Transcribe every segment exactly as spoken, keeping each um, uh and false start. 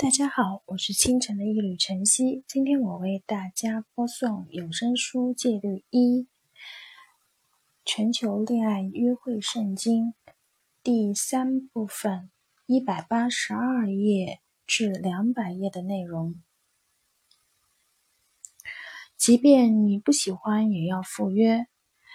大家好，我是清晨的一缕晨曦。今天我为大家播送有声书《戒律一：全球恋爱约会圣经》第三部分，一百八十二页至两百页的内容。即便你不喜欢，也要赴约。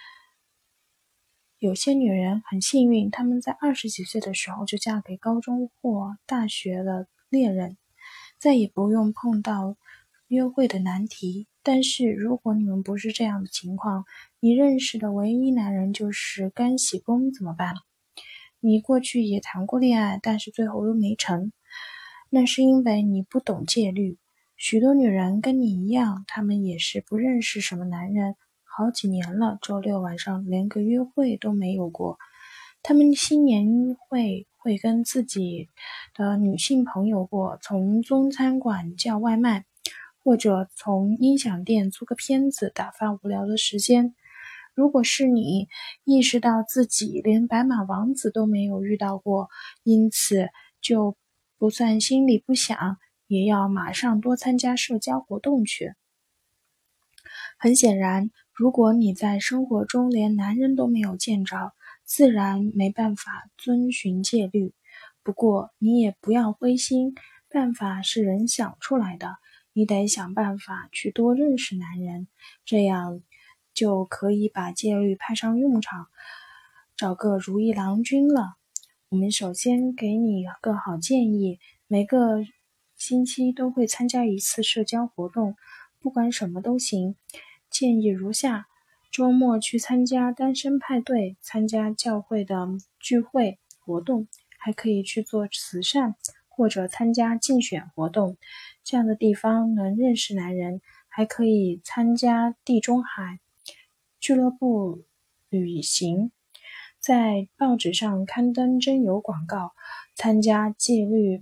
有些女人很幸运，她们在二十几岁的时候就嫁给高中或大学的恋人，再也不用碰到约会的难题。但是如果你们不是这样的情况，你认识的唯一男人就是干洗工怎么办？你过去也谈过恋爱，但是最后都没成，那是因为你不懂戒律。许多女人跟你一样，她们也是不认识什么男人，好几年了，周六晚上连个约会都没有过。她们新年会会跟自己的女性朋友过，从中餐馆叫外卖，或者从音响店租个片子打发无聊的时间。如果是你意识到自己连白马王子都没有遇到过，因此就不算心里不想，也要马上多参加社交活动去。很显然，如果你在生活中连男人都没有见着，自然没办法遵循戒律。不过你也不要灰心，办法是人想出来的，你得想办法去多认识男人，这样就可以把戒律派上用场，找个如意郎君了。我们首先给你个好建议，每个星期都会参加一次社交活动，不管什么都行。建议如下：周末去参加单身派对，参加教会的聚会活动，还可以去做慈善，或者参加竞选活动。这样的地方能认识男人，还可以参加地中海俱乐部旅行，在报纸上刊登征友广告，参加戒律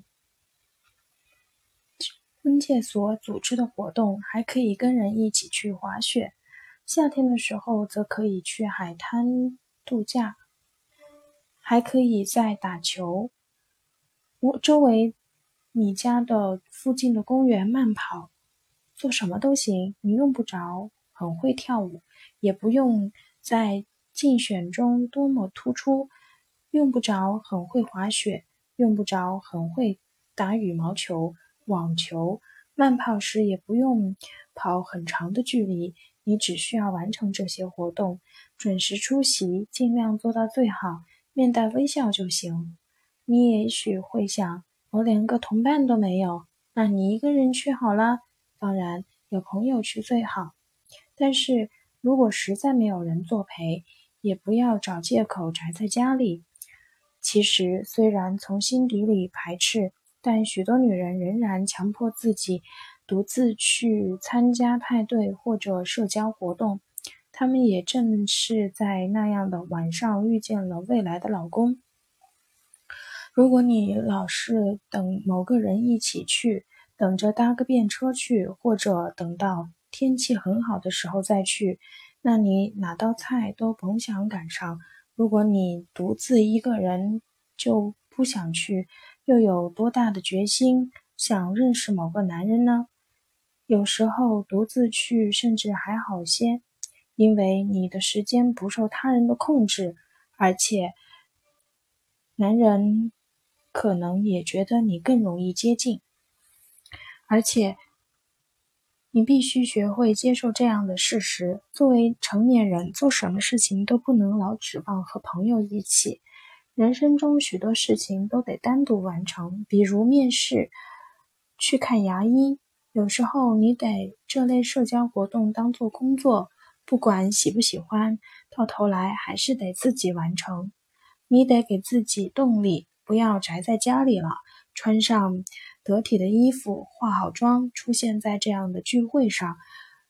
婚介所组织的活动，还可以跟人一起去滑雪。夏天的时候则可以去海滩度假，还可以在打球。周围你家的附近的公园慢跑，做什么都行。你用不着很会跳舞，也不用在竞选中多么突出，用不着很会滑雪，用不着很会打羽毛球、网球。慢跑时也不用跑很长的距离，你只需要完成这些活动，准时出席，尽量做到最好，面带微笑就行。你也许会想，我连个同伴都没有，那你一个人去好了。当然，有朋友去最好。但是如果实在没有人作陪，也不要找借口宅在家里。其实，虽然从心底里排斥，但许多女人仍然强迫自己独自去参加派对或者社交活动。她们也正是在那样的晚上遇见了未来的老公。如果你老是等某个人一起去，等着搭个便车去，或者等到天气很好的时候再去，那你哪道菜都甭想赶上。如果你独自一个人就不想去，又有多大的决心想认识某个男人呢？有时候独自去甚至还好些，因为你的时间不受他人的控制，而且男人可能也觉得你更容易接近。而且你必须学会接受这样的事实，作为成年人，做什么事情都不能老指望和朋友一起。人生中许多事情都得单独完成，比如面试、去看牙医。有时候你得这类社交活动当作工作，不管喜不喜欢，到头来还是得自己完成。你得给自己动力，不要宅在家里了，穿上得体的衣服，化好妆，出现在这样的聚会上。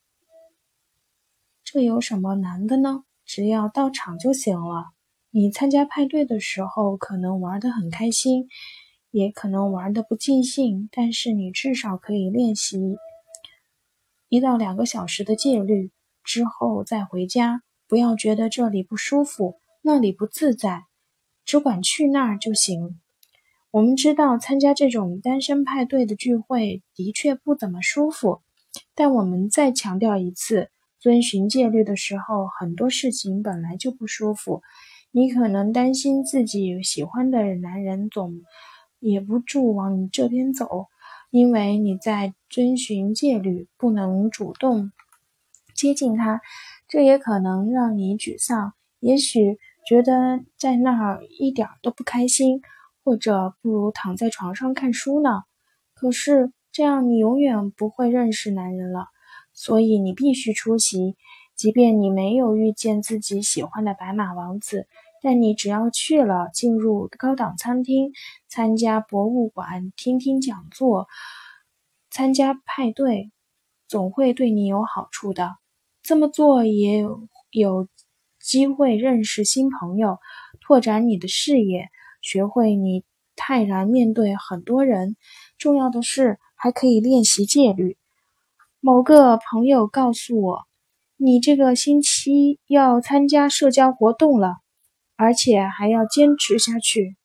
这有什么难的呢？只要到场就行了。你参加派对的时候，可能玩得很开心，也可能玩得不尽兴，但是你至少可以练习一到两个小时的戒律，之后再回家。不要觉得这里不舒服，那里不自在，只管去那儿就行。 我们知道参加这种单身派对的聚会的确不怎么舒服，但我们再强调一次，遵循戒律的时候，很多事情本来就不舒服。你可能担心自己喜欢的男人总也不住往你这边走，因为你在遵循戒律，不能主动接近他，这也可能让你沮丧，也许觉得在那儿一点都不开心，或者不如躺在床上看书呢。可是这样你永远不会认识男人了，所以你必须出席，即便你没有遇见自己喜欢的白马王子，但你只要去了，进入高档餐厅，参加博物馆，听听讲座，参加派对，总会对你有好处的。这么做也有有机会认识新朋友，拓展你的视野，学会你泰然面对很多人。重要的是，还可以练习戒律。某个朋友告诉我，你这个星期要参加社交活动了，而且还要坚持下去。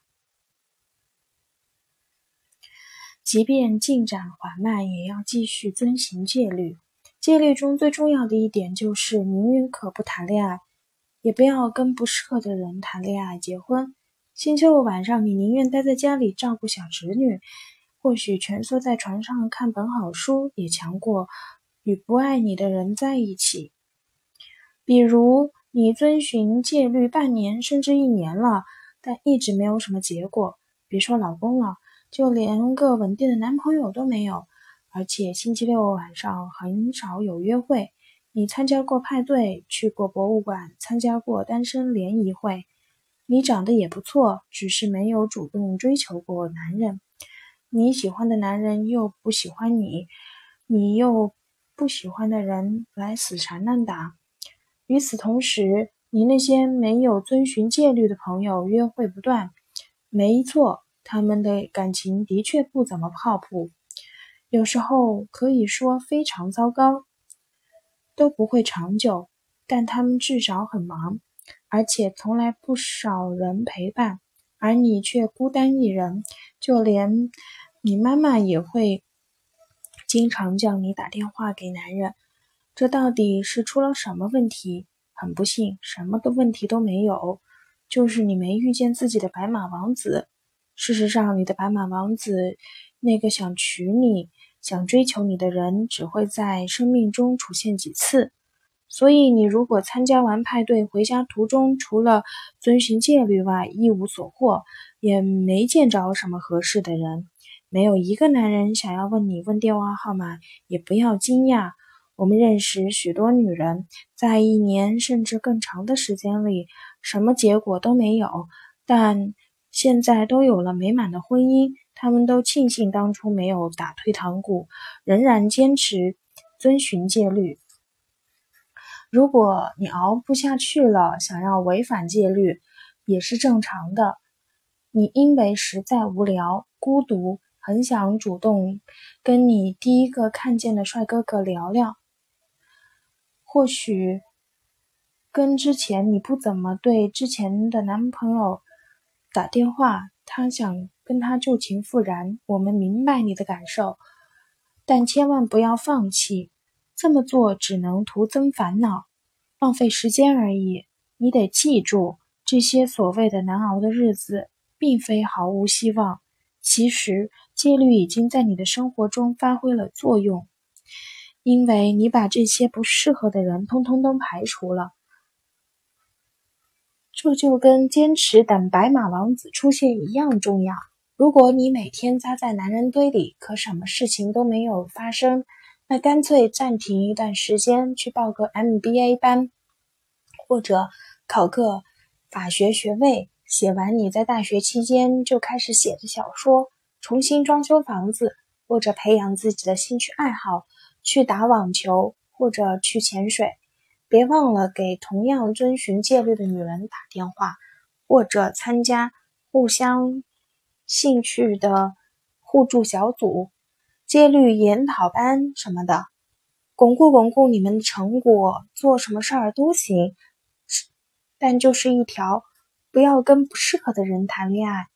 即便进展缓慢，也要继续遵循戒律。戒律中最重要的一点就是，宁愿可不谈恋爱，也不要跟不适合的人谈恋爱、结婚。星期六晚上，你宁愿待在家里照顾小侄女，或许蜷缩在床上看本好书，也强过与不爱你的人在一起。比如，你遵循戒律半年甚至一年了，但一直没有什么结果，别说老公了，就连个稳定的男朋友都没有，而且星期六晚上很少有约会。你参加过派对，去过博物馆，参加过单身联谊会，你长得也不错，只是没有主动追求过男人。你喜欢的男人又不喜欢你，你又不喜欢的人来死缠烂打。与此同时，你那些没有遵循戒律的朋友约会不断，没错，他们的感情的确不怎么靠谱，有时候可以说非常糟糕，都不会长久，但他们至少很忙，而且从来不少人陪伴，而你却孤单一人，就连你妈妈也会经常叫你打电话给男人。这到底是出了什么问题？很不幸，什么的问题都没有，就是你没遇见自己的白马王子。事实上，你的白马王子，那个想娶你、想追求你的人，只会在生命中出现几次。所以，你如果参加完派对回家途中，除了遵循戒律外一无所获，也没见着什么合适的人，没有一个男人想要问你问电话号码，也不要惊讶。我们认识许多女人，在一年甚至更长的时间里，什么结果都没有，但现在都有了美满的婚姻，她们都庆幸当初没有打退堂鼓，仍然坚持遵循戒律。如果你熬不下去了，想要违反戒律，也是正常的。你因为实在无聊、孤独，很想主动跟你第一个看见的帅哥哥聊聊。或许跟之前你不怎么对之前的男朋友打电话，他想跟他旧情复燃，我们明白你的感受，但千万不要放弃，这么做只能徒增烦恼，浪费时间而已。你得记住，这些所谓的难熬的日子并非毫无希望，其实戒律已经在你的生活中发挥了作用，因为你把这些不适合的人通通都排除了。这就跟坚持等白马王子出现一样重要。如果你每天扎在男人堆里，可什么事情都没有发生，那干脆暂停一段时间，去报个 M B A 班，或者考个法学学位，写完你在大学期间就开始写的小说，重新装修房子，或者培养自己的兴趣爱好，去打网球，或者去潜水。别忘了给同样遵循戒律的女人打电话，或者参加互相兴趣的互助小组、戒律研讨班什么的，巩固巩固你们的成果，做什么事儿都行。但就是一条，不要跟不适合的人谈恋爱。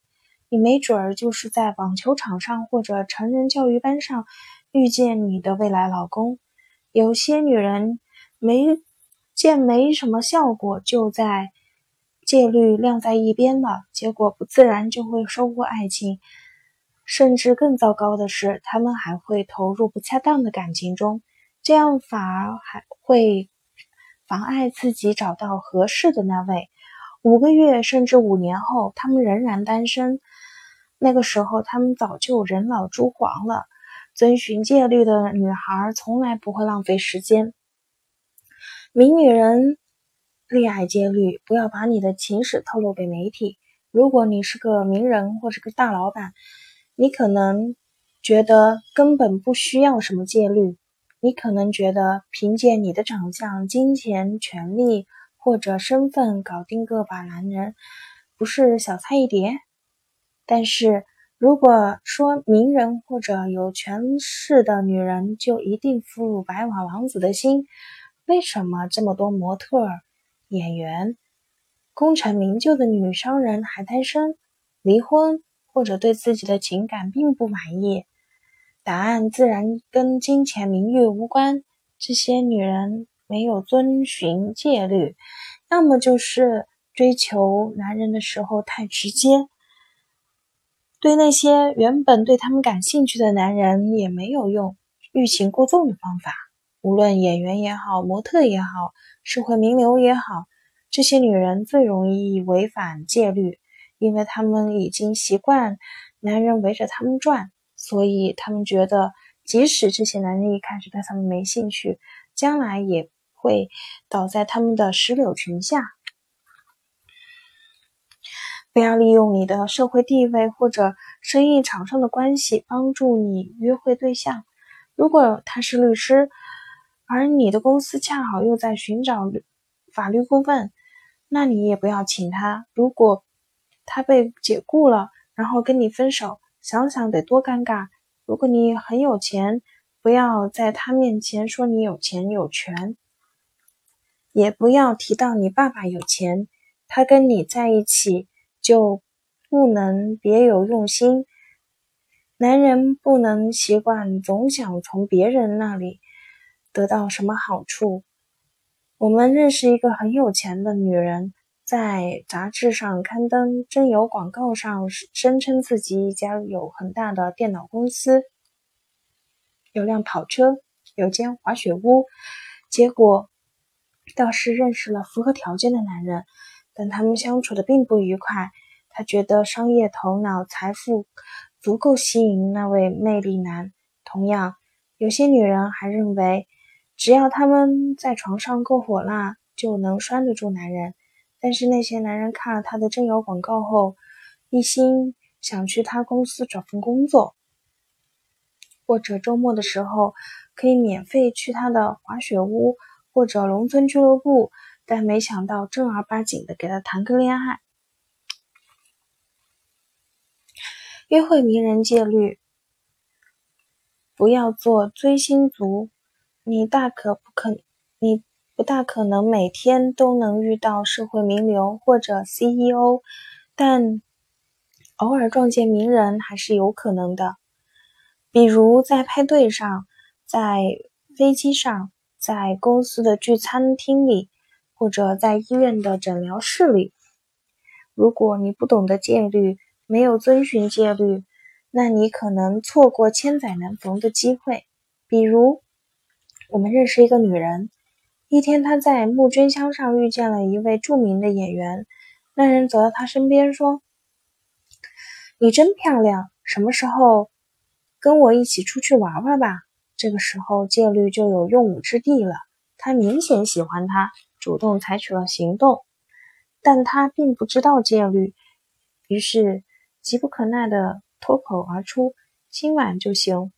你没准儿就是在网球场上或者成人教育班上遇见你的未来老公。有些女人没见没什么效果，就在戒律晾在一边了，结果不自然就会收获爱情。甚至更糟糕的是，他们还会投入不恰当的感情中，这样反而还会妨碍自己找到合适的那位。五个月甚至五年后，他们仍然单身，那个时候他们早就人老珠黄了。遵循戒律的女孩从来不会浪费时间。名女人厉爱戒律，不要把你的情史透露给媒体。如果你是个名人或是个大老板，你可能觉得根本不需要什么戒律，你可能觉得凭借你的长相、金钱、权力或者身份搞定个把男人不是小菜一碟。但是如果说名人或者有权势的女人就一定俘虏白马王子的心，为什么这么多模特、演员、功成名就的女商人还单身、离婚或者对自己的情感并不满意？答案自然跟金钱名誉无关。这些女人没有遵循戒律，要么就是追求男人的时候太直接，对那些原本对他们感兴趣的男人也没有用欲擒故纵的方法。无论演员也好，模特也好，社会名流也好，这些女人最容易违反戒律，因为她们已经习惯男人围着她们转，所以她们觉得即使这些男人一开始对她们没兴趣，将来也会倒在他们的石榴裙下。不要利用你的社会地位或者生意场上的关系帮助你约会对象。如果他是律师，而你的公司恰好又在寻找法律顾问，那你也不要请他。如果他被解雇了，然后跟你分手，想想得多尴尬。如果你很有钱，不要在他面前说你有钱有权，也不要提到你爸爸有钱，他跟你在一起就不能别有用心。男人不能习惯总想从别人那里得到什么好处。我们认识一个很有钱的女人，在杂志上刊登征友广告上声称自己一家有很大的电脑公司，有辆跑车，有间滑雪屋，结果倒是认识了符合条件的男人，但他们相处的并不愉快。他觉得商业头脑、财富足够吸引那位魅力男。同样，有些女人还认为，只要他们在床上够火辣，就能拴得住男人。但是那些男人看了他的征友广告后，一心想去他公司找份工作，或者周末的时候可以免费去他的滑雪屋或者农村俱乐部，但没想到正儿八经的给他谈个恋爱。约会名人戒律，不要做追星族。你大可不可你不大可能每天都能遇到社会名流或者 C E O， 但偶尔撞见名人还是有可能的。比如在派对上，在飞机上，在公司的聚餐厅里，或者在医院的诊疗室里。如果你不懂得戒律，没有遵循戒律，那你可能错过千载难逢的机会。比如，我们认识一个女人，一天她在募捐箱上遇见了一位著名的演员，那人走到她身边说：“你真漂亮，什么时候跟我一起出去玩玩吧？”这个时候戒律就有用武之地了，他明显喜欢她，主动采取了行动。但他并不知道戒律，于是急不可耐地脱口而出：“今晚就行。”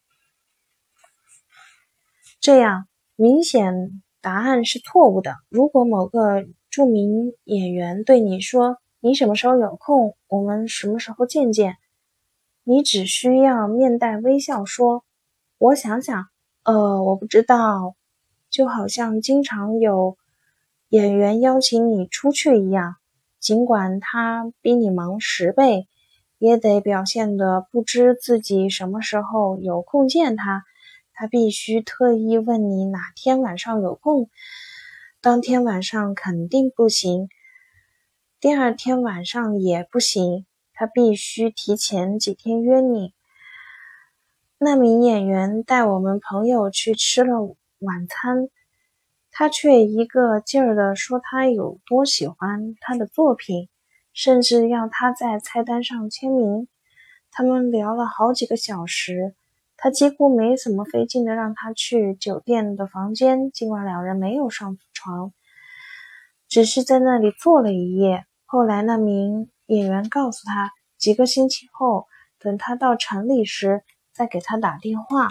这样明显答案是错误的。如果某个著名演员对你说：“你什么时候有空？我们什么时候见见？”你只需要面带微笑说：“我想想，呃，我不知道。”就好像经常有演员邀请你出去一样，尽管他比你忙十倍， 也得表现得不知自己什么时候有空见他，他必须特意问你哪天晚上有空，当天晚上肯定不行，第二天晚上也不行，他必须提前几天约你。那名演员带我们朋友去吃了晚餐，他却一个劲儿地说他有多喜欢他的作品，甚至要他在菜单上签名。他们聊了好几个小时，他几乎没怎么费劲地让他去酒店的房间，尽管两人没有上床，只是在那里坐了一夜。后来那名演员告诉他，几个星期后，等他到城里时再给他打电话。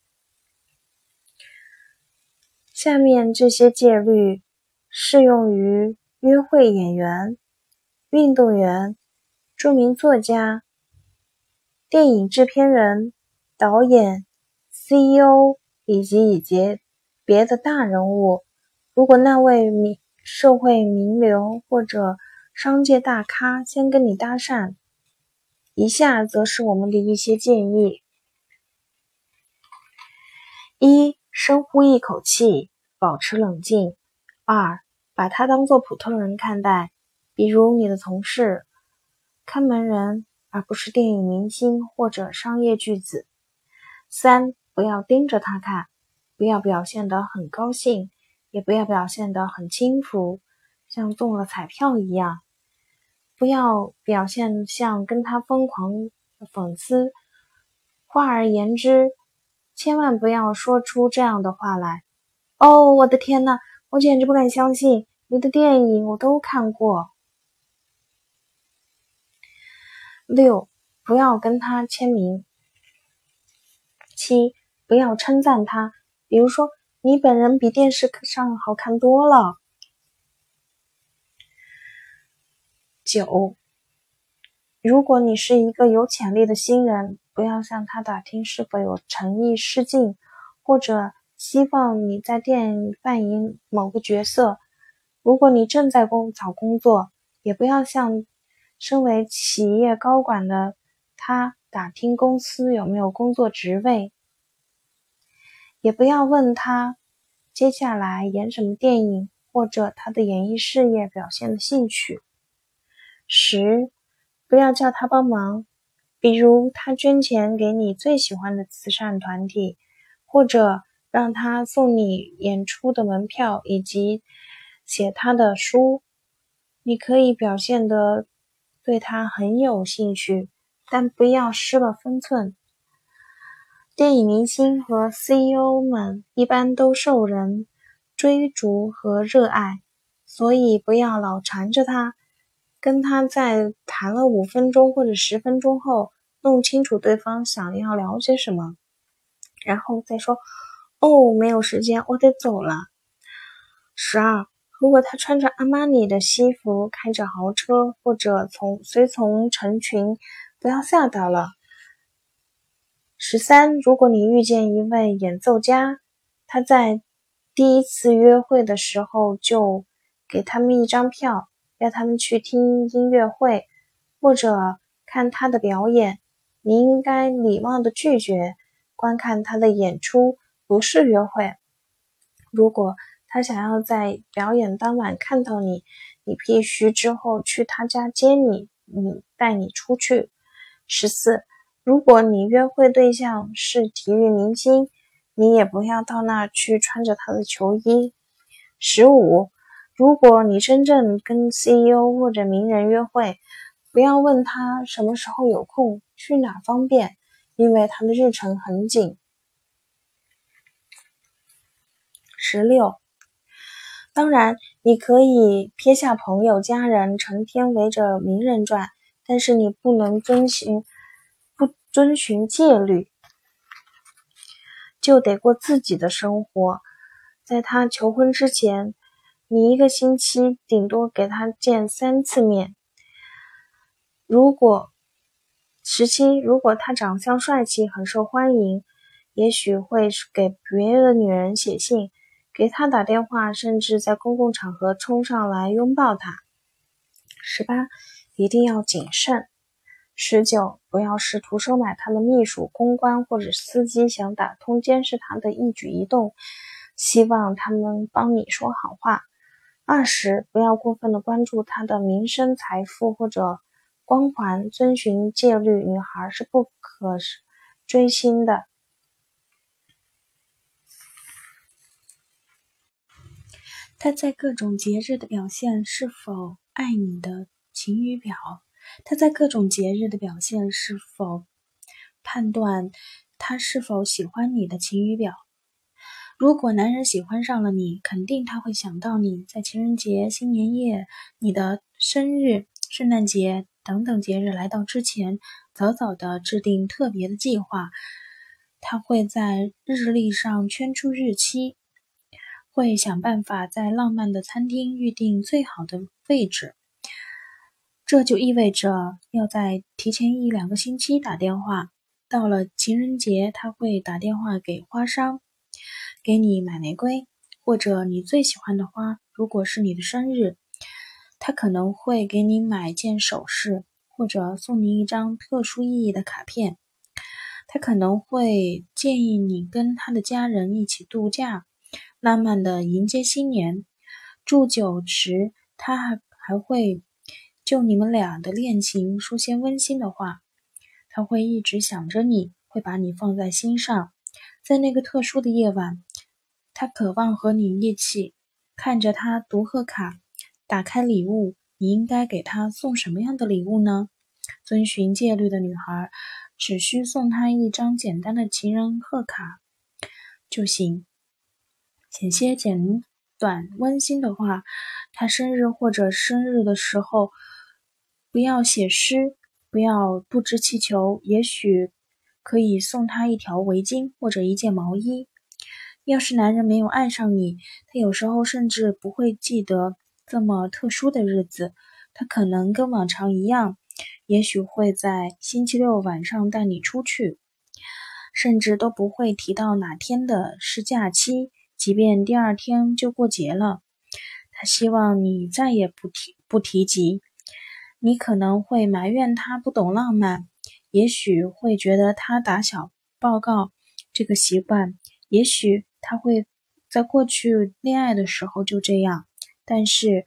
下面这些戒律适用于约会演员、运动员、著名作家、电影制片人、导演、C E O 以及以及别的大人物。如果那位名社会名流或者商界大咖先跟你搭讪，以下则是我们的一些建议。一、深呼一口气，保持冷静。二、把他当作普通人看待，比如你的同事、看门人，而不是电影明星或者商业巨子。三、不要盯着他看，不要表现得很高兴，也不要表现得很轻浮，像中了彩票一样。不要表现像跟他疯狂的粉丝。换而言之，千万不要说出这样的话来：哦，我的天哪，我简直不敢相信，你的电影我都看过。六、不要跟他签名。七、不要称赞他，比如说，你本人比电视上好看多了。九、如果你是一个有潜力的新人，不要向他打听是否有诚意试镜，或者希望你在电影扮演某个角色。如果你正在工找工作，也不要向身为企业高管的他打听公司有没有工作职位，也不要问他接下来演什么电影，或者他的演艺事业表现的兴趣。十、不要叫他帮忙，比如他捐钱给你最喜欢的慈善团体，或者让他送你演出的门票以及写他的书。你可以表现得对他很有兴趣，但不要失了分寸。电影明星和 C E O 们一般都受人追逐和热爱，所以不要老缠着他，跟他在谈了五分钟或者十分钟后，弄清楚对方想要了解什么，然后再说，哦，没有时间，我得走了。十二、如果他穿着阿玛尼的西服，开着豪车，或者从随从成群，不要吓到了。十三、如果你遇见一位演奏家，他在第一次约会的时候就给他们一张票，要他们去听音乐会或者看他的表演，你应该礼貌地拒绝。观看他的演出不是约会。如果他想要在表演当晚看到你，你必须之后去他家接你，你带你出去。十四、如果你约会对象是体育明星，你也不要到那儿去穿着他的球衣。十五、如果你真正跟 C E O 或者名人约会，不要问他什么时候有空，去哪方便，因为他的日程很紧。十六、当然，你可以撇下朋友、家人，成天围着名人转，但是你不能遵循不遵循戒律，就得过自己的生活。在他求婚之前，你一个星期顶多给他见三次面。如果十七，如果他长相帅气，很受欢迎，也许会给别的女人写信，给他打电话，甚至在公共场合冲上来拥抱他。十八，一定要谨慎。 十九，不要试图收买他的秘书、公关或者司机，想打通监视他的一举一动，希望他们帮你说好话。二十，不要过分的关注他的名声、财富或者光环，遵循戒律，女孩是不可追星的。他在各种节日的表现是否爱你的晴雨表，他在各种节日的表现是否判断他是否喜欢你的晴雨表。如果男人喜欢上了你，肯定他会想到你，在情人节、新年夜、你的生日、圣诞节等等节日来到之前，早早的制定特别的计划。他会在日历上圈出日期，会想办法在浪漫的餐厅预定最好的位置。这就意味着要在提前一两个星期打电话。到了情人节，他会打电话给花商，给你买玫瑰，或者你最喜欢的花。如果是你的生日，他可能会给你买件首饰，或者送你一张特殊意义的卡片。他可能会建议你跟他的家人一起度假，浪漫的迎接新年。祝酒时，他还还会就你们俩的恋情说些温馨的话。他会一直想着你，会把你放在心上。在那个特殊的夜晚，他渴望和你一起看着他读贺卡，打开礼物。你应该给他送什么样的礼物呢？遵循戒律的女孩只需送他一张简单的情人贺卡就行，写些简短温馨的话。他生日或者生日的时候，不要写诗，不要布置气球，也许可以送他一条围巾或者一件毛衣。要是男人没有爱上你，他有时候甚至不会记得这么特殊的日子。他可能跟往常一样，也许会在星期六晚上带你出去，甚至都不会提到哪天的是假期，即便第二天就过节了。他希望你再也不提不提及。你可能会埋怨他不懂浪漫，也许会觉得他打小报告这个习惯，也许他会在过去恋爱的时候就这样。但是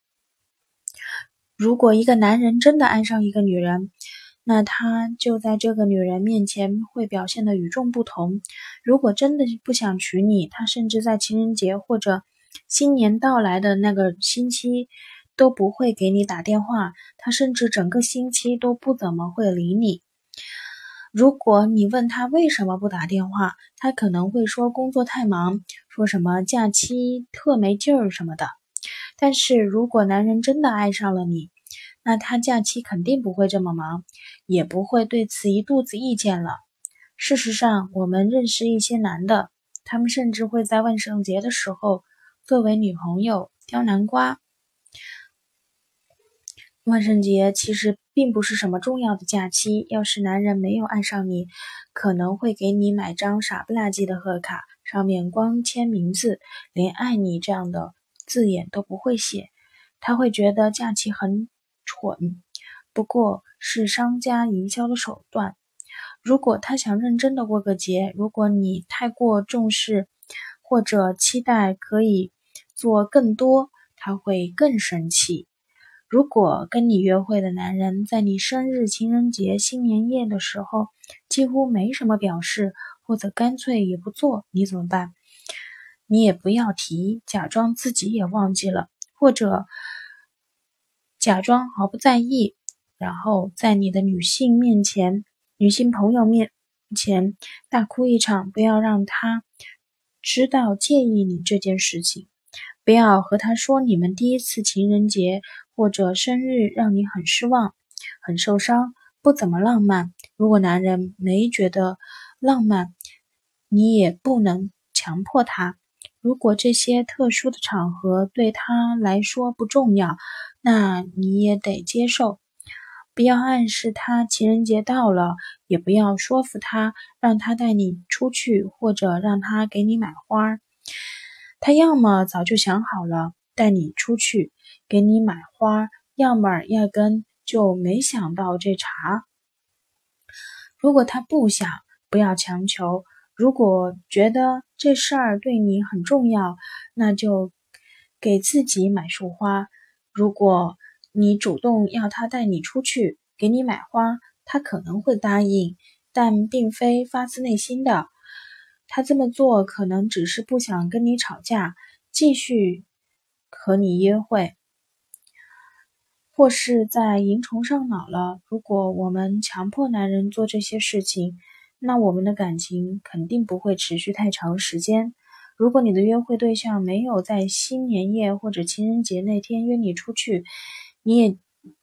如果一个男人真的爱上一个女人，那他就在这个女人面前会表现得与众不同。如果真的不想娶你，他甚至在情人节或者新年到来的那个星期都不会给你打电话，他甚至整个星期都不怎么会理你。如果你问他为什么不打电话，他可能会说工作太忙，说什么假期特没劲儿什么的。但是如果男人真的爱上了你，那他假期肯定不会这么忙，也不会对此一肚子意见了。事实上，我们认识一些男的，他们甚至会在万圣节的时候作为女朋友挑南瓜。万圣节其实并不是什么重要的假期，要是男人没有爱上你，可能会给你买张傻不拉几的贺卡，上面光签名字，连爱你这样的字眼都不会写。他会觉得假期很蠢，不过是商家营销的手段。如果他想认真的过个节，如果你太过重视或者期待可以做更多，他会更生气。如果跟你约会的男人在你生日、情人节、新年夜的时候几乎没什么表示，或者干脆也不做，你怎么办？你也不要提，假装自己也忘记了，或者假装毫不在意，然后在你的女性面前、女性朋友面前大哭一场，不要让他知道介意你这件事情。不要和他说你们第一次情人节或者生日让你很失望、很受伤，不怎么浪漫。如果男人没觉得浪漫，你也不能强迫他。如果这些特殊的场合对他来说不重要，那你也得接受。不要暗示他情人节到了，也不要说服他让他带你出去，或者让他给你买花。他要么早就想好了带你出去给你买花，要么压根就没想到这茬。 如果他不想，不要强求。如果觉得这事儿对你很重要，那就给自己买束花。如果你主动要他带你出去，给你买花，他可能会答应，但并非发自内心的。他这么做可能只是不想跟你吵架，继续和你约会，或是在蝇虫上脑了。如果我们强迫男人做这些事情，那我们的感情肯定不会持续太长时间。如果你的约会对象没有在新年夜或者情人节那天约你出去，你也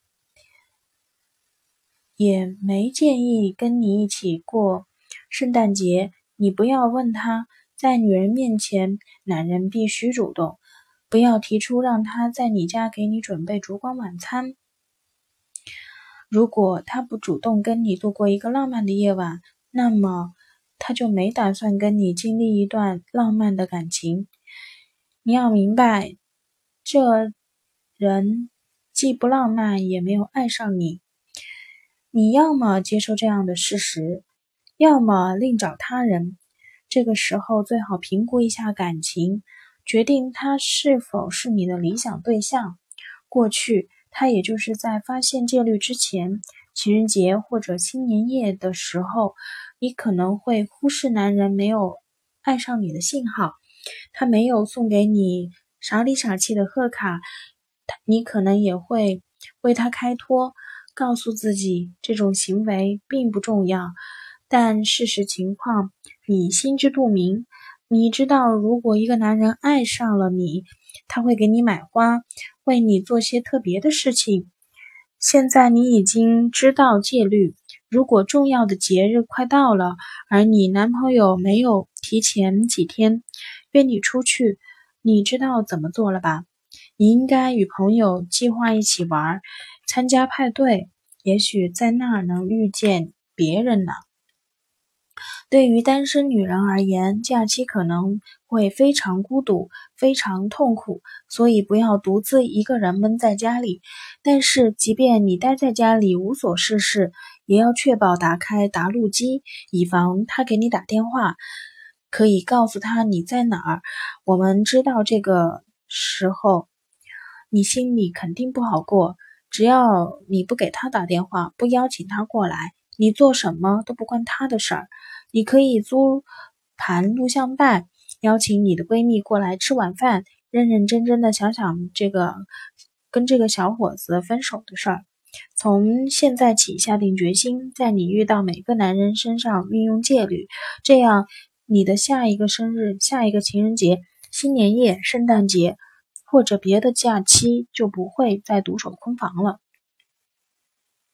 也没建议跟你一起过圣诞节，你不要问他，在女人面前，男人必须主动，不要提出让他在你家给你准备烛光晚餐。如果他不主动跟你度过一个浪漫的夜晚，那么他就没打算跟你经历一段浪漫的感情。你要明白，这人既不浪漫，也没有爱上你。你要么接受这样的事实，要么另找他人。这个时候最好评估一下感情，决定他是否是你的理想对象。过去，他也就是在发现戒律之前，情人节或者新年夜的时候，你可能会忽视男人没有爱上你的信号。他没有送给你傻里傻气的贺卡，你可能也会为他开脱，告诉自己这种行为并不重要，但事实情况你心知肚明。你知道，如果一个男人爱上了你，他会给你买花，为你做些特别的事情。现在你已经知道戒律，如果重要的节日快到了，而你男朋友没有提前几天约你出去，你知道怎么做了吧？你应该与朋友计划一起玩，参加派对，也许在那儿能遇见别人呢。对于单身女人而言，假期可能会非常孤独，非常痛苦，所以不要独自一个人闷在家里。但是即便你待在家里无所事事，也要确保打开答录机，以防他给你打电话，可以告诉他你在哪儿。我们知道这个时候你心里肯定不好过，只要你不给他打电话，不邀请他过来，你做什么都不关他的事儿。你可以租盘录像带，邀请你的闺蜜过来吃晚饭，认认真真的想想这个跟这个小伙子分手的事儿。从现在起下定决心，在你遇到每个男人身上运用戒律，这样你的下一个生日、下一个情人节、新年夜、圣诞节或者别的假期就不会再独守空房了。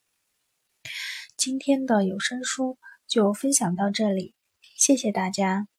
今天的有声书就分享到这里，谢谢大家。